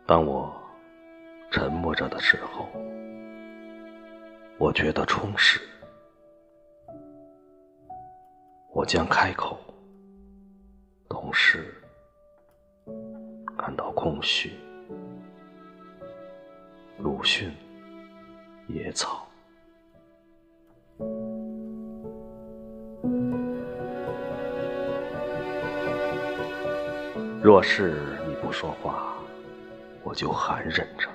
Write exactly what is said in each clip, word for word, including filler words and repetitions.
当我沉默着的时候，我觉得充实。我将开口，同时感到空虚。鲁迅，野草。若是你不说话，我就含忍着，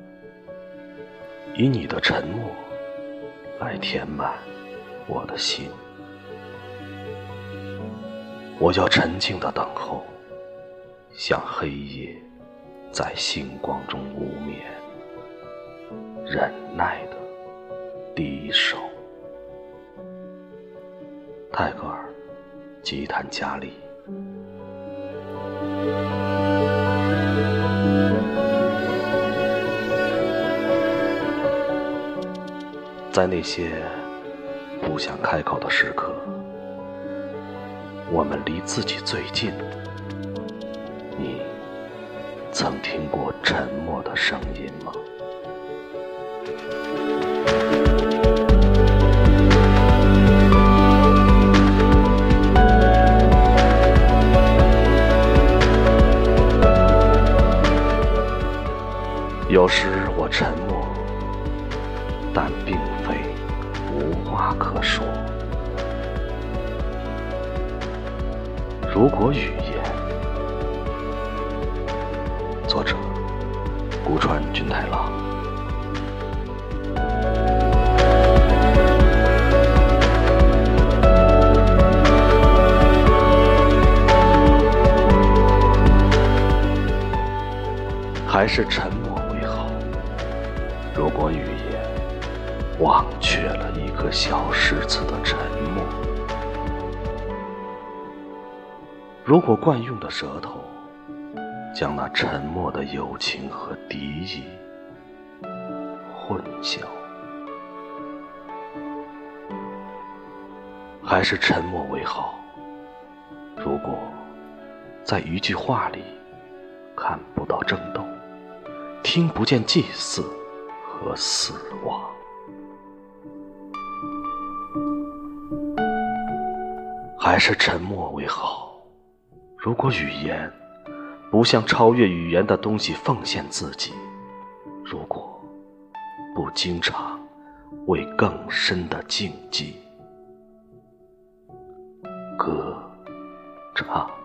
以你的沉默来填满我的心。我要沉静地等候，像黑夜在星光中无眠，忍耐地低首。泰戈尔，吉檀迦利。在那些不想开口的时刻，我们离自己最近。你曾听过沉默的声音吗？有时我沉默，但并非无话可说。如果语言，作者古川俊太郎。还是沉默为好。如果语言忘却了一颗小石子的沉默，如果惯用的舌头将那沉默的友情和敌意混淆，还是沉默为好。如果在一句话里看不到争斗，听不见祭祀和死亡，还是沉默为好。如果语言不向超越语言的东西奉献自己，如果不经常为更深的境界歌唱。